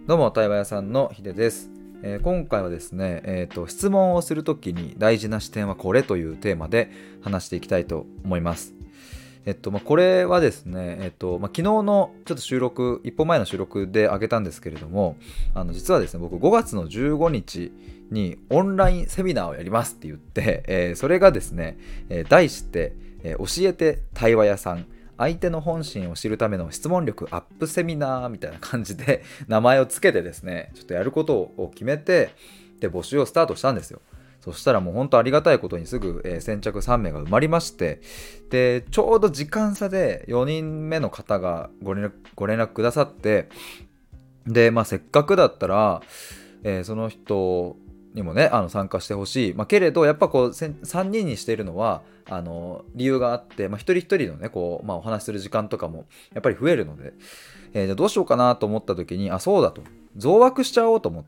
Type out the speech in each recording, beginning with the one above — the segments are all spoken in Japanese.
どうも対話屋さんのヒデです。今回はですね、質問をするときに大事な視点はこれというテーマで話していきたいと思います。これはですね、昨日のちょっと収録、一歩前の収録で上げたんですけれども、実はですね、僕5月の15日にオンラインセミナーをやりますって言って、それがですね、題して、教えて対話屋さん、相手の本心を知るための質問力アップセミナーみたいな感じで名前をつけてですね、ちょっとやることを決めて、で募集をスタートしたんですよ。そしたらもう本当ありがたいことにすぐ、先着3名が埋まりまして、でちょうど時間差で4人目の方がご連絡くださって、でせっかくだったら、その人にもね参加してほしい、けれどやっぱこう3人にしているのは理由があって、一人一人のねお話しする時間とかもやっぱり増えるので、じゃあどうしようかなと思った時にそうだと増枠しちゃおうと思って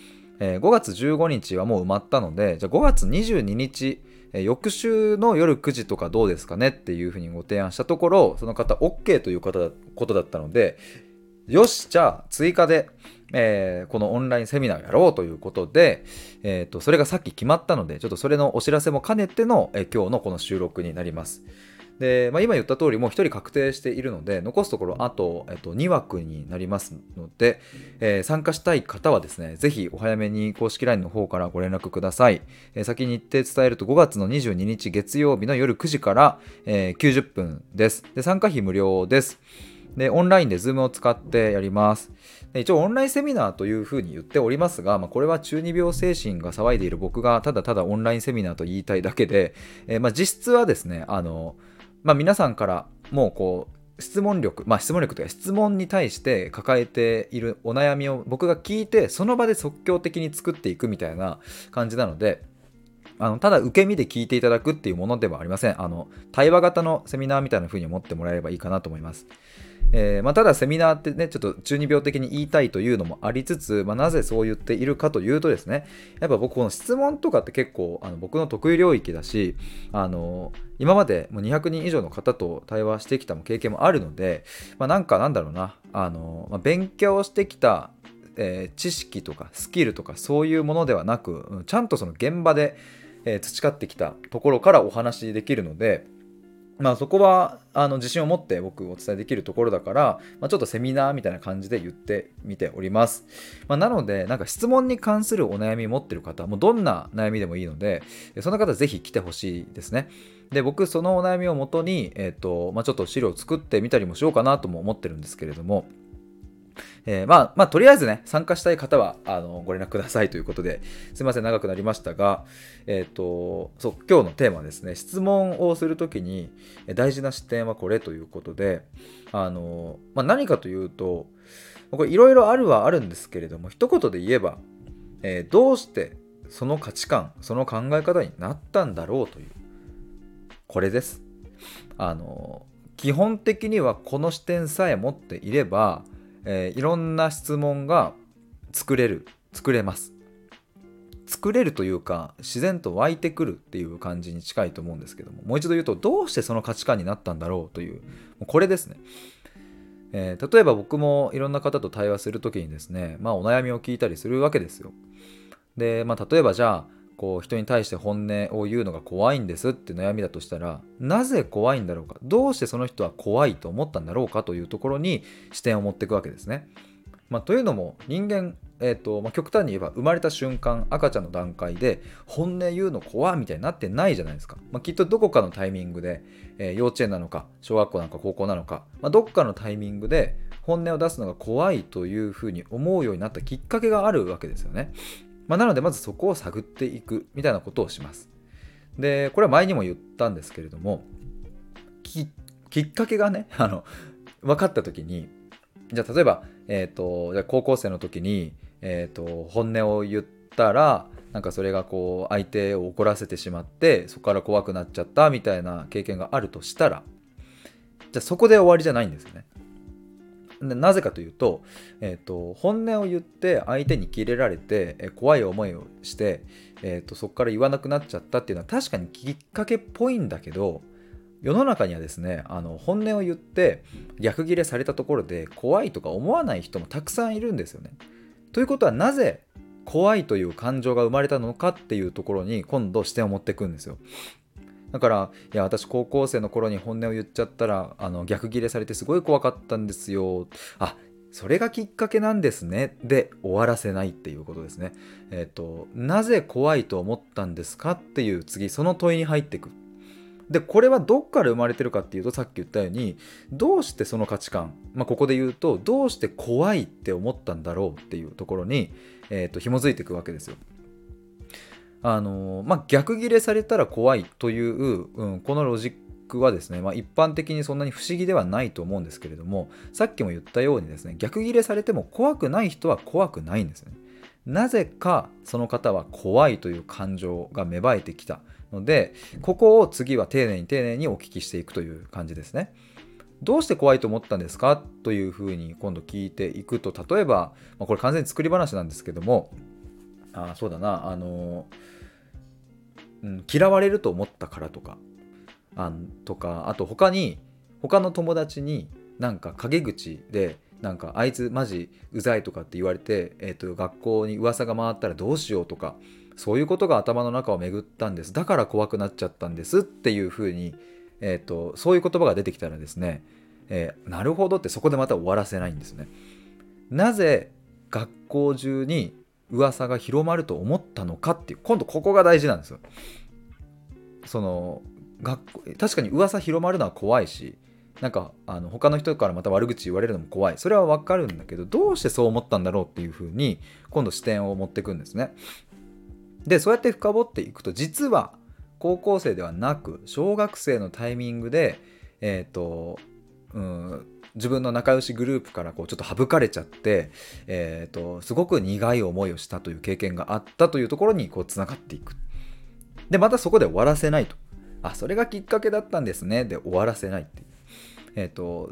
、5月15日はもう埋まったので、じゃあ5月22日翌週の夜9時とかどうですかねっていうふうにご提案したところ、その方 OK ということだったので、よしじゃあ追加で、このオンラインセミナーをやろうということで、それがさっき決まったので、ちょっとそれのお知らせも兼ねての、今日のこの収録になります。で、今言った通りもう1人確定しているので、残すところあと、2枠になりますので、参加したい方はですね、ぜひお早めに公式 LINE の方からご連絡ください。先に言って伝えると5月の22日月曜日の夜9時から、90分です。で、参加費無料です。で、オンラインで Zoom を使ってやります。で、一応オンラインセミナーというふうに言っておりますが、これは中二病精神が騒いでいる僕がただただオンラインセミナーと言いたいだけで、実質はですね、皆さんからもうこう質問力というか質問に対して抱えているお悩みを僕が聞いて、その場で即興的に作っていくみたいな感じなので、ただ受け身で聞いていただくっていうものではありません。対話型のセミナーみたいな風に思ってもらえればいいかなと思います。ただセミナーってね、ちょっと中二病的に言いたいというのもありつつ、なぜそう言っているかというとですね、やっぱ僕この質問とかって結構僕の得意領域だし、今までもう200人以上の方と対話してきた経験もあるので、なんだろうな、勉強してきた知識とかスキルとかそういうものではなく、ちゃんとその現場で、培ってきたところからお話しできるので、そこは自信を持って僕お伝えできるところだから、ちょっとセミナーみたいな感じで言ってみております。なのでなんか質問に関するお悩み持ってる方、もうどんな悩みでもいいので、その方ぜひ来てほしいですね。で、僕そのお悩みをもとに、ちょっと資料を作ってみたりもしようかなとも思ってるんですけれども、とりあえずね、参加したい方はご連絡くださいということで、すいません長くなりましたが、今日のテーマはですね、質問をするときに大事な視点はこれということで、何かというと、これいろいろあるはあるんですけれども、一言で言えば、どうしてその価値観、その考え方になったんだろうという、これです。基本的にはこの視点さえ持っていれば、いろんな質問が作れます。作れるというか、自然と湧いてくるっていう感じに近いと思うんですけども、もう一度言うと、どうしてその価値観になったんだろうという、これですね。例えば僕もいろんな方と対話するときにですね、お悩みを聞いたりするわけですよ。で、例えばじゃあこう人に対して本音を言うのが怖いんですって悩みだとしたら、なぜ怖いんだろうか、どうしてその人は怖いと思ったんだろうかというところに視点を持っていくわけですね。というのも人間、極端に言えば生まれた瞬間、赤ちゃんの段階で本音言うの怖いみたいになってないじゃないですか。きっとどこかのタイミングで、幼稚園なのか小学校なのか高校なのか、どっかのタイミングで本音を出すのが怖いというふうに思うようになったきっかけがあるわけですよね。なのでまずそこを探っていくみたいなことをします。で、これは前にも言ったんですけれども、きっかけがね分かった時に、じゃあ例えば、じゃあ高校生の時に、本音を言ったらなんかそれがこう相手を怒らせてしまって、そこから怖くなっちゃったみたいな経験があるとしたら、じゃあそこで終わりじゃないんですよね。なぜかというと、本音を言って相手にキレられて、怖い思いをして、そこから言わなくなっちゃったっていうのは確かにきっかけっぽいんだけど、世の中にはですね、本音を言って逆ギレされたところで怖いとか思わない人もたくさんいるんですよね。 ということはなぜ怖いという感情が生まれたのかっていうところに今度視点を持っていくんですよ。だからいや私高校生の頃に本音を言っちゃったら逆ギレされてすごい怖かったんですよ。あ、それがきっかけなんですねで終わらせないっていうことですね。なぜ怖いと思ったんですかっていう次その問いに入っていく。でこれはどっから生まれてるかっていうと、さっき言ったようにどうしてその価値観、ここで言うとどうして怖いって思ったんだろうっていうところに、紐づいていくわけですよ。逆ギレされたら怖いという、このロジックはですね、一般的にそんなに不思議ではないと思うんですけれども、さっきも言ったようにですね、逆ギレされても怖くない人は怖くないんですね。なぜかその方は怖いという感情が芽生えてきたので、ここを次は丁寧に丁寧にお聞きしていくという感じですね。どうして怖いと思ったんですかというふうに今度聞いていくと、例えば、これ完全に作り話なんですけども、そうだな、嫌われると思ったからとか、あと他の友達になんか陰口でなんかあいつマジうざいとかって言われて、学校に噂が回ったらどうしようとか、そういうことが頭の中を巡ったんです、だから怖くなっちゃったんですっていうふうに、そういう言葉が出てきたらですね、なるほどってそこでまた終わらせないんですね。なぜ学校中に噂が広まると思ったのかっていう、今度ここが大事なんですよ。その確かに噂広まるのは怖いし、なんか他の人からまた悪口言われるのも怖い、それは分かるんだけど、どうしてそう思ったんだろうっていうふうに今度視点を持っていくんですね。でそうやって深掘っていくと、実は高校生ではなく小学生のタイミングで自分の仲良しグループからこうちょっと省かれちゃって、すごく苦い思いをしたという経験があったというところにこうつながっていく。でまたそこで終わらせないと、それがきっかけだったんですねで終わらせないっていう、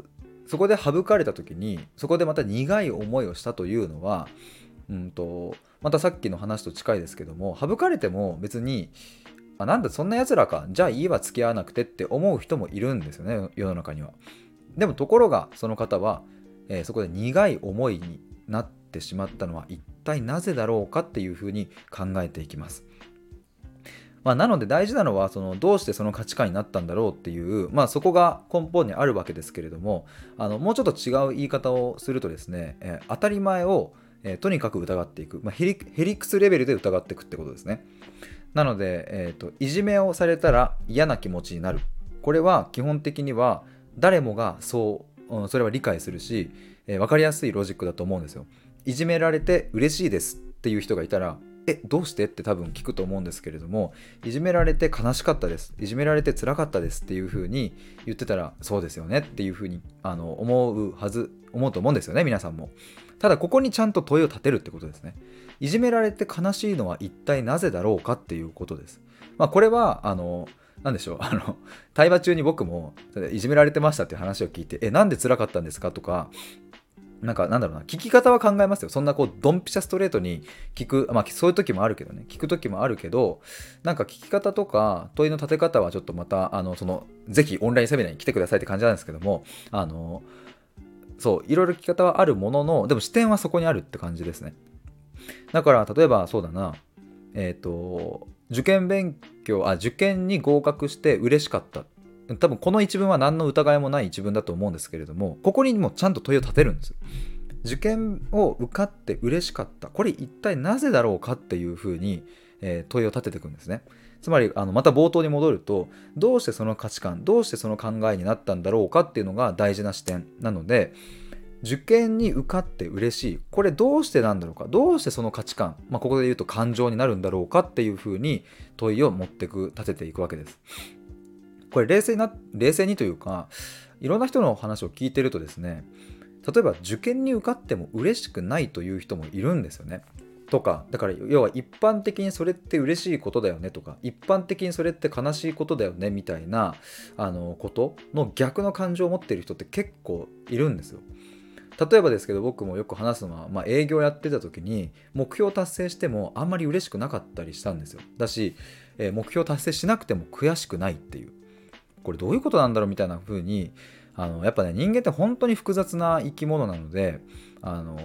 そこで省かれた時にそこでまた苦い思いをしたというのは、またさっきの話と近いですけども、省かれても別になんだそんなやつらか、じゃあいいわ付き合わなくてって思う人もいるんですよね、世の中には。でもところがその方は、そこで苦い思いになってしまったのは一体なぜだろうかっていうふうに考えていきます。なので大事なのはどうしてその価値観になったんだろうっていう、そこが根本にあるわけですけれども、もうちょっと違う言い方をするとですね、当たり前を、とにかく疑っていく、ヘリクスレベルで疑っていくってことですね。なので、いじめをされたら嫌な気持ちになる、これは基本的には誰もがそれは理解するし、分かりやすいロジックだと思うんですよ。いじめられて嬉しいですっていう人がいたら、どうしてって多分聞くと思うんですけれども、いじめられて悲しかったです、いじめられて辛かったですっていう風に言ってたら、そうですよねっていう風に思うと思うんですよね、皆さんも。ただここにちゃんと問いを立てるってことですね。いじめられて悲しいのは一体なぜだろうかっていうことです。これはなんでしょう、対話中に僕もいじめられてましたっていう話を聞いて、なんで辛かったんですかとか、なんだろうな、聞き方は考えますよ。そんなこうドンピシャストレートに聞く、そういう時もあるけどね、聞く時もあるけど、なんか聞き方とか問いの立て方はちょっとまたぜひオンラインセミナーに来てくださいって感じなんですけども、そういろいろ聞き方はあるものの、でも視点はそこにあるって感じですね。だから例えばそうだな、受験に合格して嬉しかった、多分この一文は何の疑いもない一文だと思うんですけれども、ここにもちゃんと問いを立てるんです。受験を受かって嬉しかった、これ一体なぜだろうかっていうふうに、問いを立てていくんですね。つまりまた冒頭に戻ると、どうしてその価値観、どうしてその考えになったんだろうかっていうのが大事な視点なので、受験に受かって嬉しい、これどうしてなんだろうか、どうしてその価値観、ここで言うと感情になるんだろうかっていうふうに問いを立てていくわけです。これ冷静にというか、いろんな人の話を聞いてるとですね、例えば受験に受かっても嬉しくないという人もいるんですよね。とか、だから要は一般的にそれって嬉しいことだよねとか、一般的にそれって悲しいことだよねみたいなことの逆の感情を持っている人って結構いるんですよ。例えばですけど、僕もよく話すのは、営業やってた時に目標達成してもあんまり嬉しくなかったりしたんですよ。だし、目標達成しなくても悔しくないっていう、これどういうことなんだろうみたいな風にやっぱね、人間って本当に複雑な生き物なので、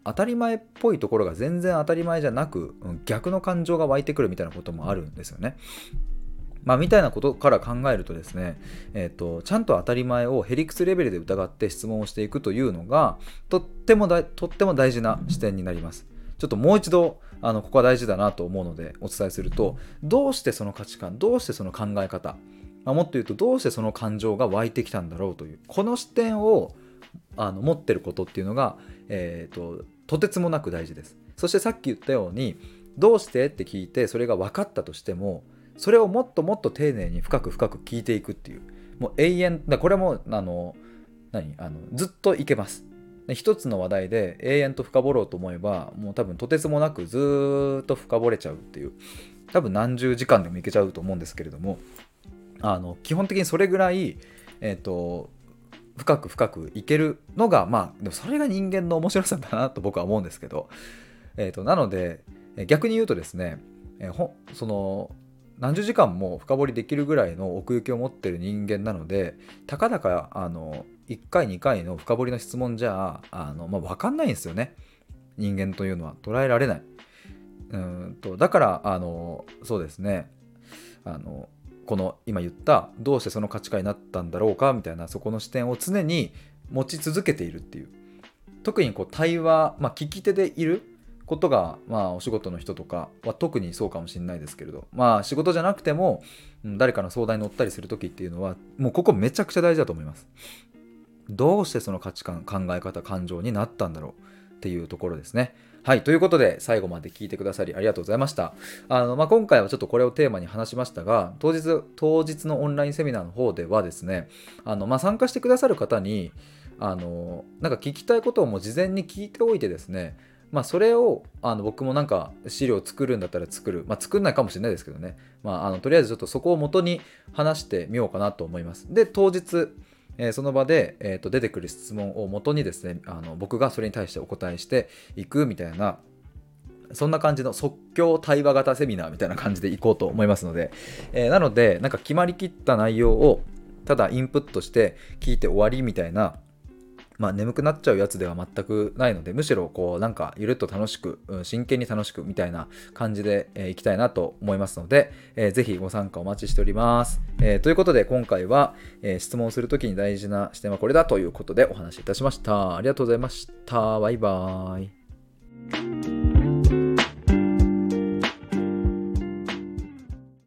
当たり前っぽいところが全然当たり前じゃなく、逆の感情が湧いてくるみたいなこともあるんですよね。みたいなことから考えるとですね、ちゃんと当たり前をへりくつレベルで疑って質問をしていくというのがとっても大事な視点になります。ちょっともう一度ここは大事だなと思うのでお伝えすると、どうしてその価値観、どうしてその考え方、もっと言うとどうしてその感情が湧いてきたんだろうというこの視点を持ってることっていうのが、とてつもなく大事です。そしてさっき言ったように、どうしてって聞いてそれが分かったとしても、それをもっともっと丁寧に深く聞いていくっていう、もう永遠だ。これもずっといけます。一つの話題で永遠と深掘ろうと思えば、もう多分とてつもなくずっと深掘れちゃうっていう、多分何十時間でもいけちゃうと思うんですけれども、基本的にそれぐらい、深くいけるのが、でもそれが人間の面白さだなと僕は思うんですけど、なので逆に言うとですね、その何十時間も深掘りできるぐらいの奥行きを持ってる人間なので、たかだか1回2回の深掘りの質問じゃ分かんないんですよね。人間というのは捉えられない。だからそうですね、この今言ったどうしてその価値観になったんだろうかみたいな、そこの視点を常に持ち続けているっていう、特に対話、聞き手でいることが、お仕事の人とかは特にそうかもしれないですけれど、仕事じゃなくても誰かの相談に乗ったりする時っていうのは、もうここめちゃくちゃ大事だと思います。どうしてその価値観、考え方、感情になったんだろうっていうところですね。はい、ということで最後まで聞いてくださりありがとうございました。今回はちょっとこれをテーマに話しましたが、当日のオンラインセミナーの方ではですね、参加してくださる方になんか聞きたいことをもう事前に聞いておいてですね、それを僕もなんか資料を作るんだったら作る、作んないかもしれないですけどね、とりあえずちょっとそこを元に話してみようかなと思います。で、当日その場で、出てくる質問を元にですね、僕がそれに対してお答えしていくみたいな、そんな感じの即興対話型セミナーみたいな感じでいこうと思いますので、なのでなんか決まりきった内容をただインプットして聞いて終わりみたいな、眠くなっちゃうやつでは全くないので、むしろなんかゆるっと楽しく、真剣に楽しくみたいな感じでいきたいなと思いますので、ぜひご参加お待ちしております。ということで今回は、質問するときに大事な視点はこれだということでお話しいたしました。ありがとうございました。バイバーイ。